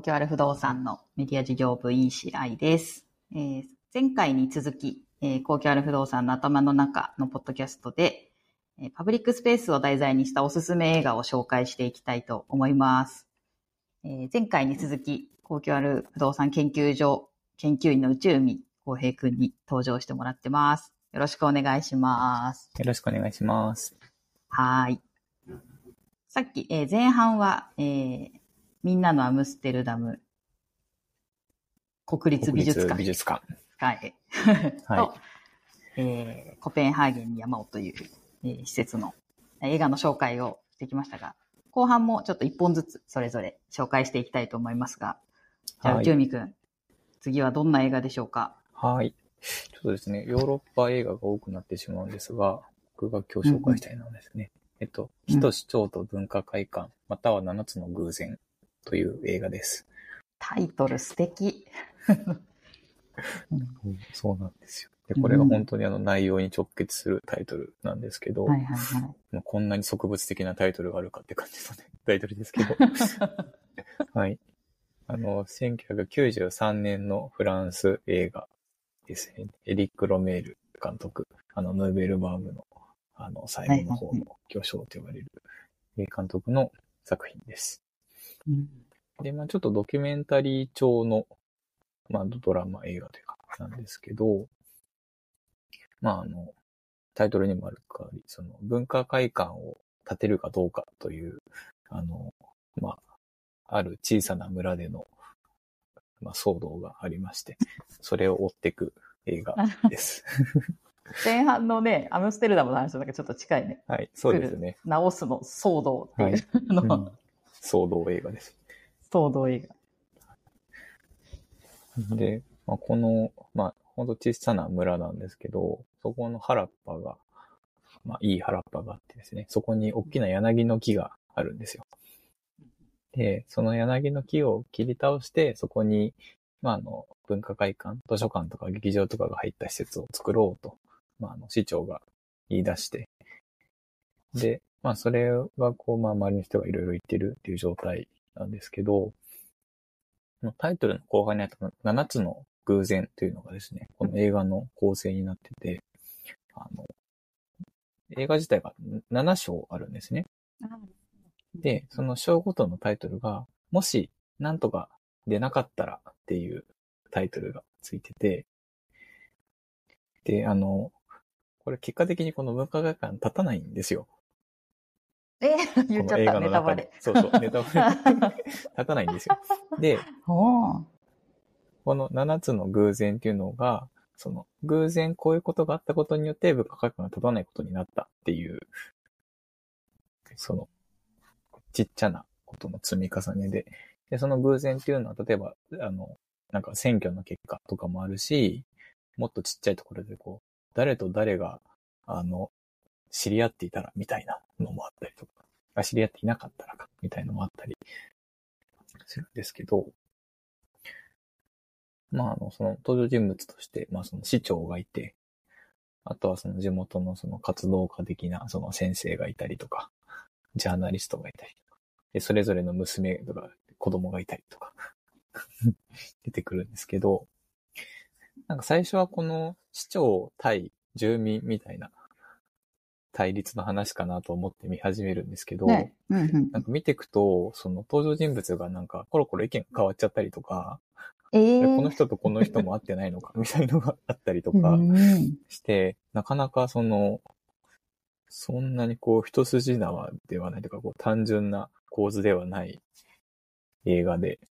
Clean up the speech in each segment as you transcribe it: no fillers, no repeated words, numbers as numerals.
京ある不動産のメディア事業部員白井です。前回に続き、公共ある不動産の頭の中のポッドキャストで、パブリックスペースを題材にしたおすすめ映画を紹介していきたいと思います。前回に続き、公共ある不動産研究所研究員の内海浩平くんに登場してもらってます。よろしくお願いします。 よろしくお願いします。 はい。さっき、前半は、みんなのアムステルダム国立美術館。はい。と、コペンハーゲンに山をという、施設の映画の紹介をしてきましたが、後半もちょっと一本ずつそれぞれ紹介していきたいと思いますが、じゃあ、内海くん、次はどんな映画でしょうか？ はい。ちょっとですね、ヨーロッパ映画が多くなってしまうんですが、僕が今日紹介したいのはですね、火と市長と文化会館、または7つの偶然という映画です。 タイトル素敵。 そうなんですよ。で、これが本当に内容に直結するタイトルなんですけど、こんなに植物的なタイトルがあるかって感じのね、タイトルですけど。はい。1993年のフランス映画ですね。エリック・ロメール監督、ヌーベルバーグの、最後の方の巨匠と呼ばれる監督の作品です。で、ちょっとドキュメンタリー調の、ドラマ映画というか、なんですけど、タイトルにもある通り、その文化会館を建てるかどうかという、ある小さな村での、騒動がありまして、それを追っていく映画です。 前半のね、アムステルダムの話となんかちょっと近いね。 はい、そうですね。 直すの騒動っていう、はい騒動映画です。 騒動映画。で、この、ほんと小さな村なんですけど、そこの原っぱが、いい原っぱがあってですね、そこに大きな柳の木があるんですよ。で、その柳の木を切り倒して、そこに、文化会館、図書館とか劇場とかが入った施設を作ろうと、市長が言い出して、で、それは周りの人がいろいろ言ってるっていう状態なんですけど、タイトルの後半にあった7つの偶然というのがですね、この映画の構成になってて、映画自体が7章あるんですね。で、その章ごとのタイトルが、もしなんとか出なかったらっていうタイトルがついてて、で、これ結果的にこの文化会館立たないんですよ。 言っちゃった、ネタバレ。 そう、ネタバレ。立たないんですよ。で、この7つの偶然っていうのが、その偶然こういうことがあったことによって文化会館が立たないことになったっていう、そのちっちゃなことの積み重ねで、その偶然っていうのは、例えば、なんか選挙の結果とかもあるし、もっとちっちゃいところで誰と誰が、知り合っていたらみたいなのもあったりとか、知り合っていなかったらか、みたいなのもあったりするんですけど、その登場人物として、その市長がいて、あとはその地元のその活動家的なその先生がいたりとか、ジャーナリストがいたりとか、でそれぞれの娘とか子供がいたりとか出てくるんですけど、なんか最初はこの市長対住民みたいな対立の話かなと思って見始めるんですけど、なんか見ていくと、その登場人物がなんかコロコロ意見が変わっちゃったりとか、この人とこの人も会ってないのかみたいのがあったりとかして、なかなかそんなに一筋縄ではないというか、単純な構図ではない映画で、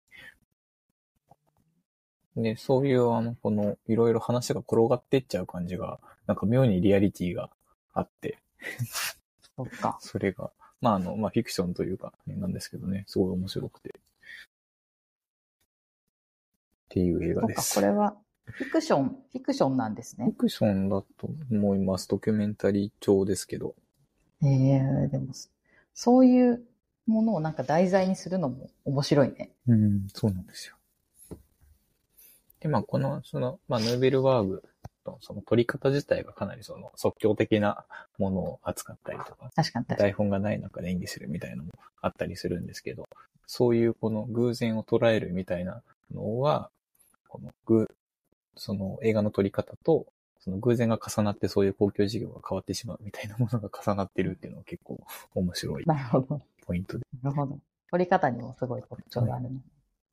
で、そういうこのいろいろ話が転がっていっちゃう感じが、なんか妙にリアリティがあって、 そっか。 それが、フィクションというか、なんですけどね、すごい面白くて。っていう映画です。 そっか、これはフィクションなんですね。 フィクションだと思います。ドキュメンタリー調ですけど。 でも、そういうものをなんか題材にするのも面白いね。 そうなんですよ。で、この、ヌーベルバーグのその撮り方自体がかなり即興的なものを扱ったりとか、 確かに台本がない中で演技するみたいなのもあったりするんですけど、 そういうこの偶然を捉えるみたいなのは、その映画の撮り方と、その偶然が重なってそういう公共事業が変わってしまうみたいなものが重なってるっていうのは結構面白いなるほど。 ポイントで。 なるほど。撮り方にもすごい特徴があるね。い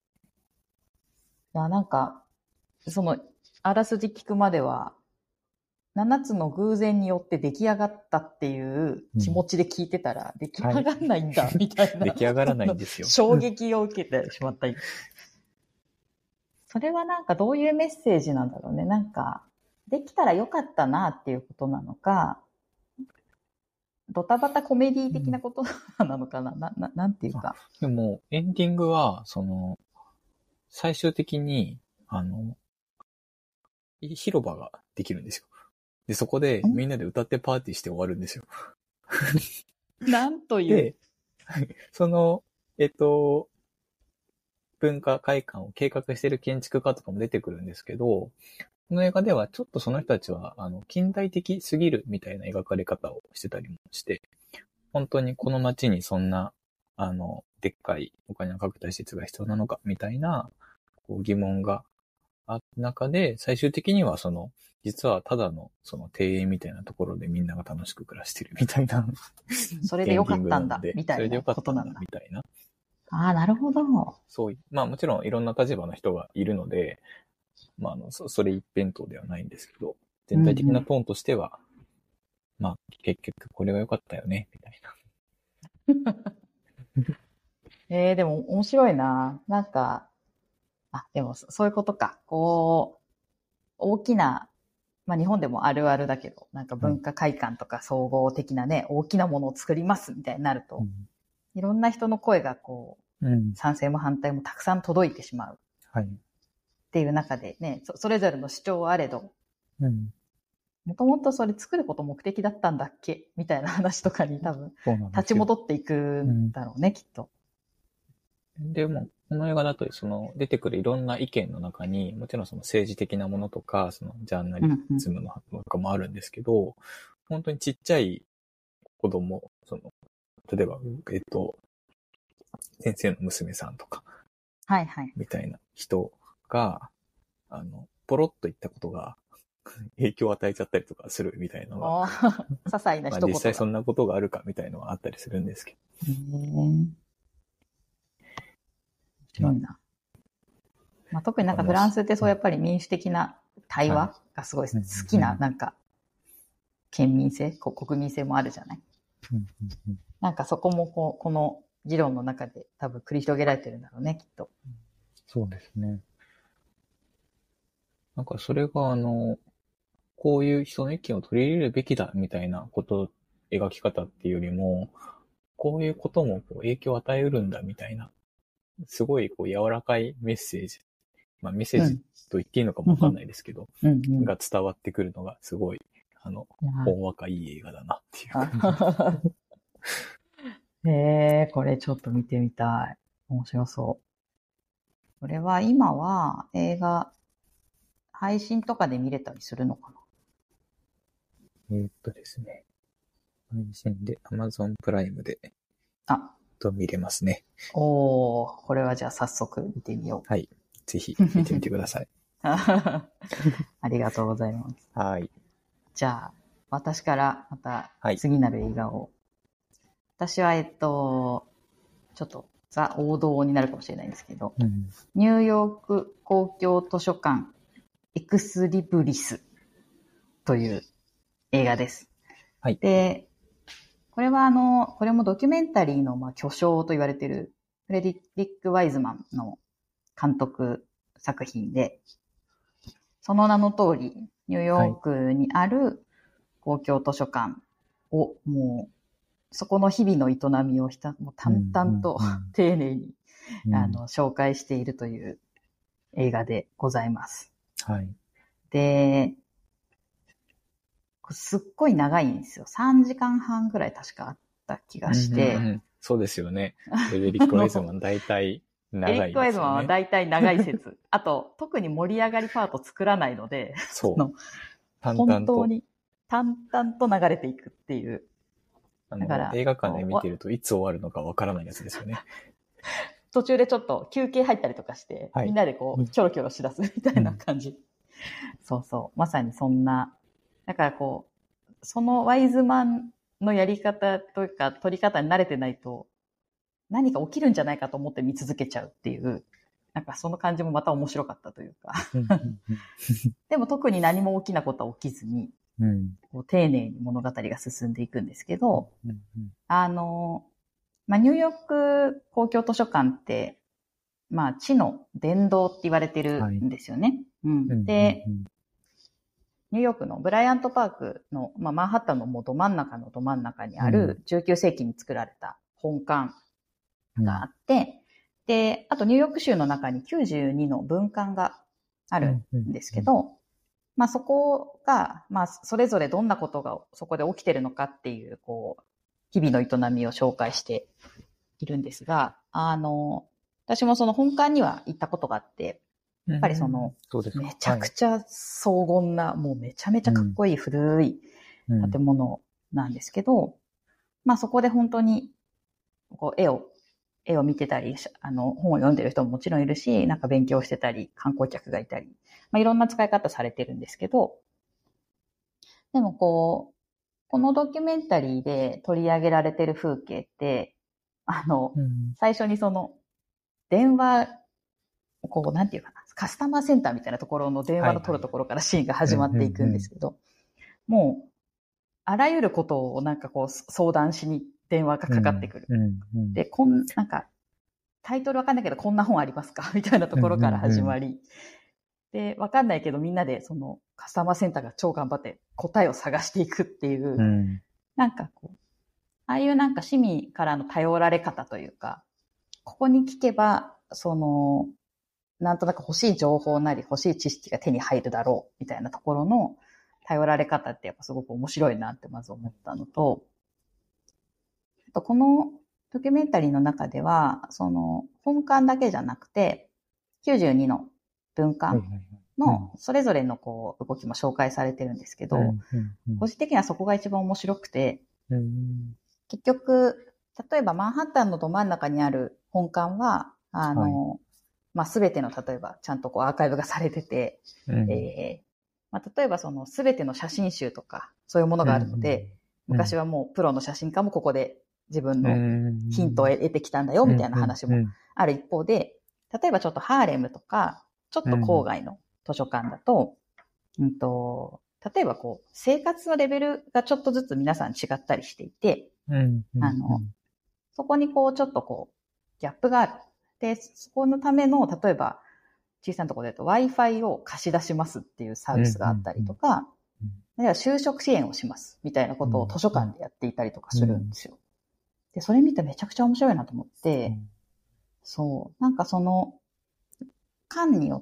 や、なんか、その、あらすじ聞くまでは、7つの偶然によって出来上がったっていう気持ちで聞いてたら、出来上がんないんだ、みたいな。 出来上がらないんですよ。 衝撃を受けてしまった。それはなんかどういうメッセージなんだろうね。なんか、できたらよかったなっていうことなのか、ドタバタコメディ的なことなのかな、なんていうか。 でも、エンディングは、最終的に、広場ができるんですよ。で、そこでみんなで歌ってパーティーして終わるんですよ。 なんという。 で、その、文化会館を計画している建築家とかも出てくるんですけど、この映画ではちょっとその人たちは、近代的すぎるみたいな描かれ方をしてたりもして、本当にこの街にそんな、でっかいお金をかけた施設が必要なのかみたいな、こう疑問があった中で、最終的には実はただの庭園みたいなところでみんなが楽しく暮らしてるみたいな。 それでよかったんだ、みたいなことなんだ。 みたいな。 ああ、なるほど。 そういう、まあもちろんいろんな立場の人がいるので、まあそれ一辺倒ではないんですけど、全体的なトーンとしては、まあ結局これが良かったよね、みたいな。でも面白いな。なんか、でもそういうことか。こう、大きな、まあ日本でもあるあるだけど、なんか文化会館とか総合的なね、大きなものを作りますみたいになると、いろんな人の声がこう、賛成も反対もたくさん届いてしまう。はい。っていう中でね、それぞれの主張はあれど、もともとそれ作ること目的だったんだっけみたいな話とかに多分、立ち戻っていくんだろうね、きっと。 でも、この映画だと、出てくるいろんな意見の中に、もちろん政治的なものとか、ジャーナリズムのとかもあるんですけど、本当にちっちゃい子供、例えば、先生の娘さんとか、 はいはい。 みたいな人が、ポロッと言ったことが、影響を与えちゃったりとかするみたいなのが、 些細な一言が。 実際そんなことがあるかみたいなのはあったりするんですけど。 面白いな。まあ、特になんかフランスってそうやっぱり民主的な対話がすごい好きな、なんか、県民性、国民性もあるじゃない。なんかそこもこの議論の中で多分繰り広げられてるんだろうね、きっと。 そうですね。なんかそれがこういう人の意見を取り入れるべきだみたいな描き方っていうよりも、こういうことも影響を与えうるんだみたいな、すごい柔らかいメッセージ、まあメッセージと言っていいのかもわかんないですけど、が伝わってくるのがすごい、ほんわかいい映画だなっていう感じ。 これちょっと見てみたい。面白そう。これは今は映画、配信とかで見れたりするのかな？ ですね。配信で Amazon プライムで、見れますね。 これはじゃあ早速見てみよう。 はい。ぜひ見てみてください。 ありがとうございます。 はい。 じゃあ、私からまた次なる映画を。私はちょっとザ王道になるかもしれないんですけど、ニューヨーク公共図書館エクスリブリスという映画です。 はい。 で、これはこれもドキュメンタリーの巨匠と言われているフレデリック・ワイズマンの監督作品で、その名の通り、ニューヨークにある公共図書館をもう、そこの日々の営みをもう淡々と丁寧に、紹介しているという映画でございます。 はい。 で、すっごい長いんですよ。3時間半ぐらい確かあった気がして。 そうですよね。フレデリック・ワイズマン大体長いですよね。フレデリック・ワイズマンは大体長い説。あと、特に盛り上がりパート作らないので、 そう本当に淡々と流れていくっていう。 だから映画館で見てるといつ終わるのかわからないやつですよね。 途中でちょっと休憩入ったりとかして、 はい、 みんなでこう、キョロキョロしだすみたいな感じ。そうそう。まさにそんな。だからこう、そのワイズマンのやり方というか、取り方に慣れてないと、何か起きるんじゃないかと思って見続けちゃうっていう、なんかその感じもまた面白かったというか。でも特に何も大きなことは起きずに、こう丁寧に物語が進んでいくんですけど、ニューヨーク公共図書館って、地の殿堂って言われてるんですよね。で、ニューヨークのブライアントパークの、マンハッタンのもうど真ん中にある19世紀に作られた本館があって、で、あとニューヨーク州の中に92の分館があるんですけど、そこが、それぞれどんなことがそこで起きてるのかっていう、こう、日々の営みを紹介しているんですが、私もその本館には行ったことがあって、やっぱりその、めちゃくちゃ荘厳な、もうめちゃめちゃかっこいい古い建物なんですけど、そこで本当に、こう、絵を見てたり、本を読んでる人ももちろんいるし、なんか勉強してたり、観光客がいたり、いろんな使い方されてるんですけど、でもこのドキュメンタリーで取り上げられてる風景って、最初にその、電話、こう、なんていうかな、カスタマーセンターみたいなところの電話の取るところからシーンが始まっていくんですけど、もう、あらゆることをなんかこう、相談しに電話がかかってくる。で、なんか、タイトルわかんないけど、こんな本ありますかみたいなところから始まり、で、わかんないけどみんなでそのカスタマーセンターが超頑張って答えを探していくっていう、なんかこう、ああいうなんか市民からの頼られ方というか、ここに聞けば、その、なんとなく欲しい情報なり欲しい知識が手に入るだろうみたいなところの頼られ方ってやっぱすごく面白いなってまず思ったのと、あとこのドキュメンタリーの中では、その本館だけじゃなくて、92の分館のそれぞれのこう動きも紹介されてるんですけど、個人的にはそこが一番面白くて、結局、例えばマンハッタンのど真ん中にある本館は、すべての例えばちゃんとこうアーカイブがされてて、例えばそのすべての写真集とかそういうものがあるので、昔はもうプロの写真家もここで自分のヒントを得てきたんだよみたいな話もある一方で、例えばちょっとハーレムとか、ちょっと郊外の図書館だと、例えばこう、生活のレベルがちょっとずつ皆さん違ったりしていて、そこにこう、ちょっとこう、ギャップがある。で、そこのための、例えば、小さなところで言うと Wi-Fi を貸し出しますっていうサービスがあったりとか、就職支援をしますみたいなことを図書館でやっていたりとかするんですよ。で、それ見てめちゃくちゃ面白いなと思って、そう、なんかその、館によって、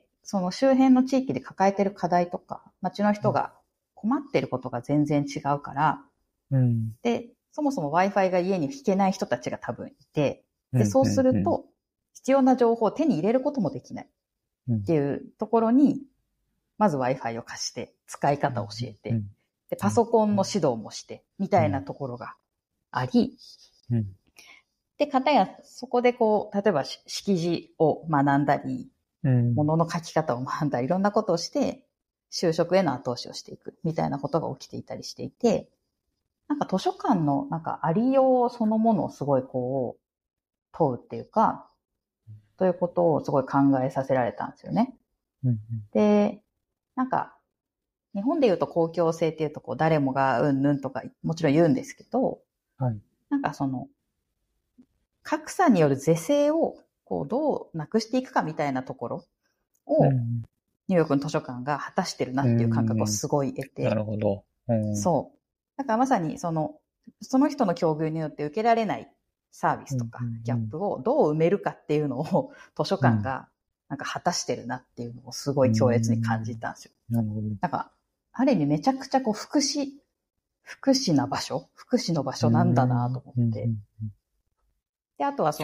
その周辺の地域で抱えてる課題とか、街の人が困ってることが全然違うから、で、そもそも Wi-Fi が家に引けない人たちが多分いて、で、そうすると、必要な情報を手に入れることもできないっていうところに、まず Wi-Fi を貸して、使い方を教えて、で、パソコンの指導もして、みたいなところがあり、で、かたや、そこでこう、例えば識字を学んだり、物の書き方を学んだり、いろんなことをして、就職への後押しをしていく、みたいなことが起きていたりしていて、なんか図書館のなんかありようそのものをすごいこう、問うっていうか、ということをすごい考えさせられたんですよね。で、なんか、日本で言うと公共性っていうとこう、誰もがうんぬんとかもちろん言うんですけど、なんかその、格差による是正をこうどうなくしていくかみたいなところを、ニューヨークの図書館が果たしてるなっていう感覚をすごい得て。 なるほど。 そう。だからまさにその人の境遇によって受けられないサービスとかギャップをどう埋めるかっていうのを図書館がなんか果たしてるなっていうのをすごい強烈に感じたんですよ。なんか、ある意味めちゃくちゃこう福祉の場所なんだなと思って。で、あとは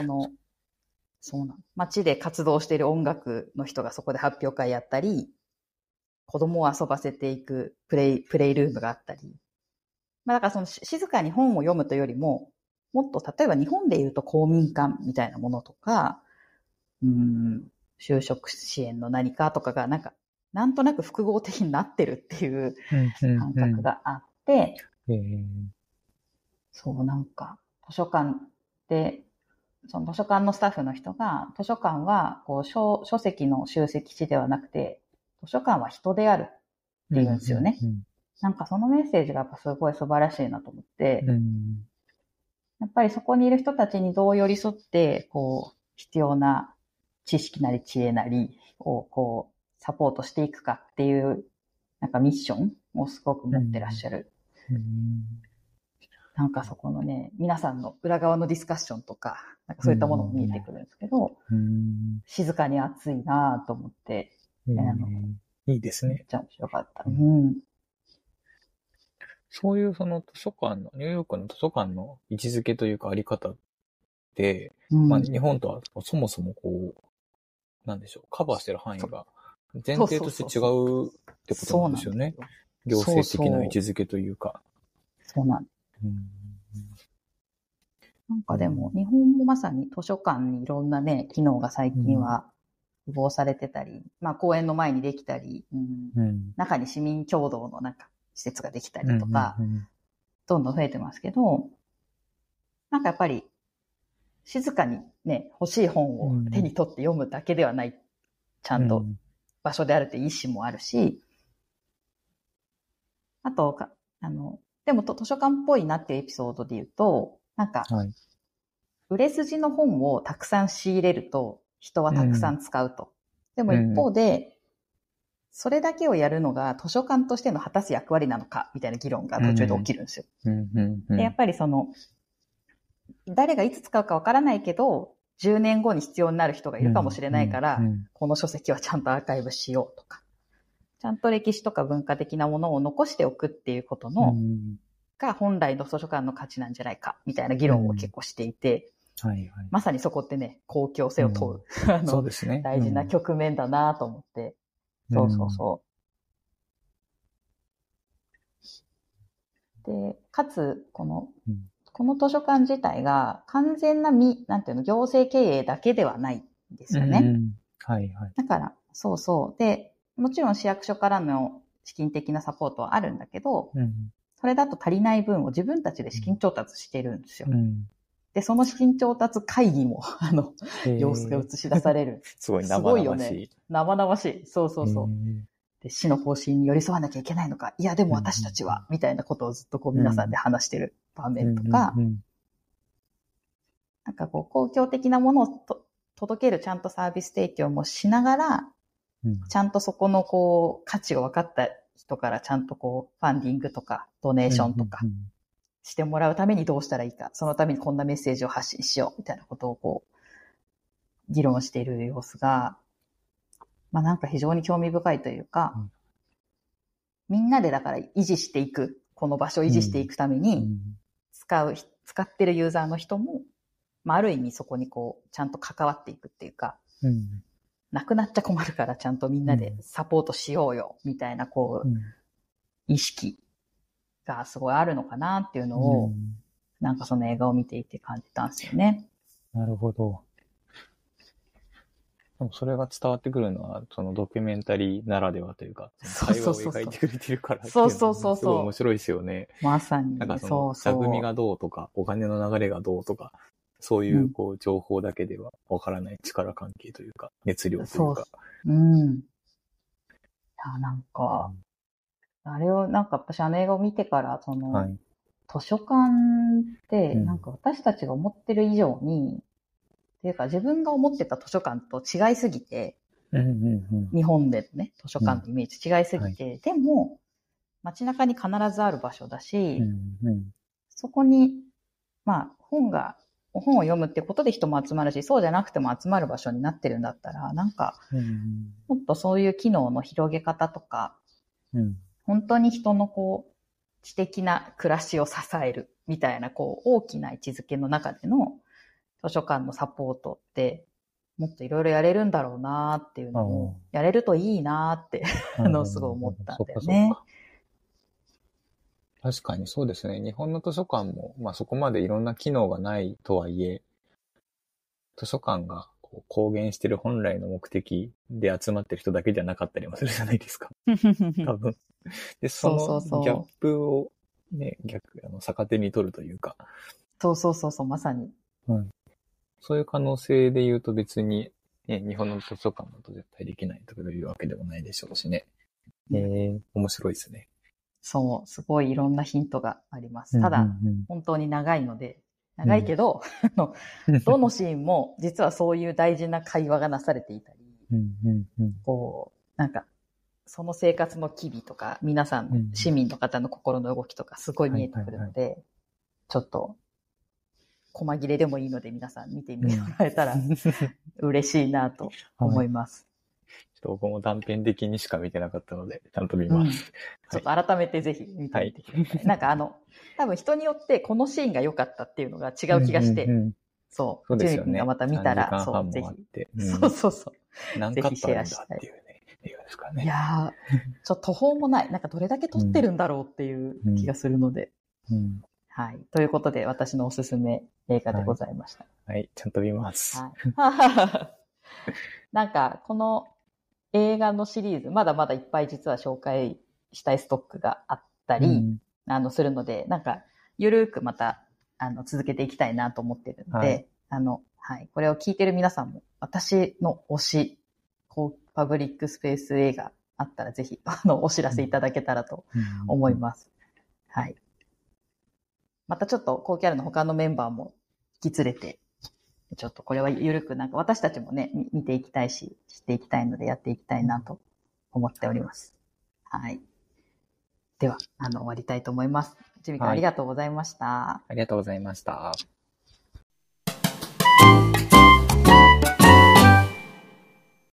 街で活動している音楽の人がそこで発表会やったり、子供を遊ばせていくプレイルームがあったり。だから静かに本を読むというよりも、 もっと例えば日本で言うと公民館みたいなものとか、就職支援の何かとかがなんとなく複合的になってるっていう感覚があって、そう、図書館で、その図書館のスタッフの人が、図書館はこう書籍の集積地ではなくて、図書館は人であるって言うんですよね。そのメッセージがやっぱすごい素晴らしいなと思って、やっぱりそこにいる人たちにどう寄り添って、こう、必要な知識なり知恵なりをこう、サポートしていくかっていう、ミッションをすごく持ってらっしゃる。そこのね、皆さんの裏側のディスカッションとか、そういったものも見えてくるんですけど、静かに熱いなぁと思って、 いいですね。 めっちゃ面白かった。 そういうその図書館の、ニューヨークの図書館の位置づけというかあり方で、日本とはそもそもこう、なんでしょう、カバーしてる範囲が前提として違うってことなんですよね。行政的な位置づけというか。 そうなんです。でも、日本もまさに図書館にいろんなね、機能が最近は符合されてたり、公園の前にできたり、中に市民共同の施設ができたりとか、どんどん増えてますけど、やっぱり、静かにね、欲しい本を手に取って読むだけではない、ちゃんと場所であるって意思もあるし、あと、でも図書館っぽいなっていうエピソードで言うと、売れ筋の本をたくさん仕入れると人はたくさん使うと。でも一方で、それだけをやるのが図書館としての果たす役割なのかみたいな議論が途中で起きるんですよ。で、やっぱり誰がいつ使うかわからないけど、10年後に必要になる人がいるかもしれないから、この書籍はちゃんとアーカイブしようとか、ちゃんと歴史とか文化的なものを残しておくっていうことの、が本来の図書館の価値なんじゃないかみたいな議論を結構していて、まさにそこってね、公共性を問う、 そうですね、 大事な局面だなと思って、で、かつ、この図書館自体が完全な行政経営だけではないんですよね。だから、で、もちろん市役所からの資金的なサポートはあるんだけど、それだと足りない分を自分たちで資金調達してるんですよ。で、その資金調達会議も、様子が映し出される。 すごい生々しい。すごいよね。 生々しい。で、市の方針に寄り添わなきゃいけないのか、いや、でも私たちは、みたいなことをずっと皆さんで話してる場面とか、公共的なものを届けるちゃんとサービス提供もしながら、ちゃんとそこの価値を分かった人からちゃんとファンディングとかドネーションとかしてもらうためにどうしたらいいか、そのためにこんなメッセージを発信しようみたいなことを議論している様子が、非常に興味深いというか、みんなでだから維持していく、この場所を維持していくために使ってるユーザーの人も、ある意味そこにちゃんと関わっていくっていうか、なくなっちゃ困るからちゃんとみんなでサポートしようよ、みたいな意識がすごいあるのかなっていうのを、その映画を見ていて感じたんですよね。 なるほど。でもそれが伝わってくるのは、そのドキュメンタリーならではというか、会話を描いてくれてるからっていうのがすごい面白いですよね。 まさに。 座組がどうとか、お金の流れがどうとか、そういう情報だけではわからない力関係というか、熱量というか。 あれを私映画を見てから、図書館って、私たちが思ってる以上に、っていうか自分が思ってた図書館と違いすぎて、日本でのね、図書館のイメージ違いすぎて、でも、街中に必ずある場所だし、そこに、本を読むってことで人も集まるし、そうじゃなくても集まる場所になってるんだったら、もっとそういう機能の広げ方とか、本当に人の知的な暮らしを支えるみたいな大きな位置づけの中での図書館のサポートってもっといろいろやれるんだろうなっていうのをやれるといいなってすごい思ったんだよね。 確かにそうですね。日本の図書館も、まあそこまでいろんな機能がないとはいえ、図書館がこう公言してる本来の目的で集まってる人だけじゃなかったりもするじゃないですか。多分。で、そそうそうのそうギャップをね、逆手に取るというか、 そうそうそうそう、まさに。 うん、そういう可能性で言うと別に、ね、日本の図書館だと絶対できないというわけでもないでしょうしね。面白いですね。 そう、すごいいろんなヒントがあります。ただ、本当に長いので、長いけど、どのシーンも実はそういう大事な会話がなされていたり、こう、なんか、その生活の機微とか、皆さん、市民の方の心の動きとかすごい見えてくるので、ちょっと、細切れでもいいので皆さん見てみてもらえたら嬉しいなと思います。 ちょっと僕も断片的にしか見てなかったので、ちゃんと見ます。 ちょっと改めてぜひ見てみてください。なんか多分人によってこのシーンが良かったっていうのが違う気がして、そう。 ですよね。 ジュニ君がまた見たら、 そう、 ぜひ。そう。 何カットあるんだっていうね、映画ですからね。 いやー、途方もない。なんかどれだけ撮ってるんだろうっていう気がするので。はい。ということで、私のおすすめ映画でございました。 はい、ちゃんと見ます。 なんか、この映画のシリーズ、まだまだいっぱい実は紹介したいストックがあったり、するので、なんか、ゆるーくまた、続けていきたいなと思ってるので、これを聞いてる皆さんも、私の推し、パブリックスペース映画あったらぜひ、お知らせいただけたらと思います。はい。またちょっとコーキャルの他のメンバーも引き連れて、ちょっとこれはゆるくなんか私たちもね、見ていきたいし、知っていきたいのでやっていきたいなと思っております。はい。では、終わりたいと思います。ジミ君ありがとうございました。 ありがとうございました。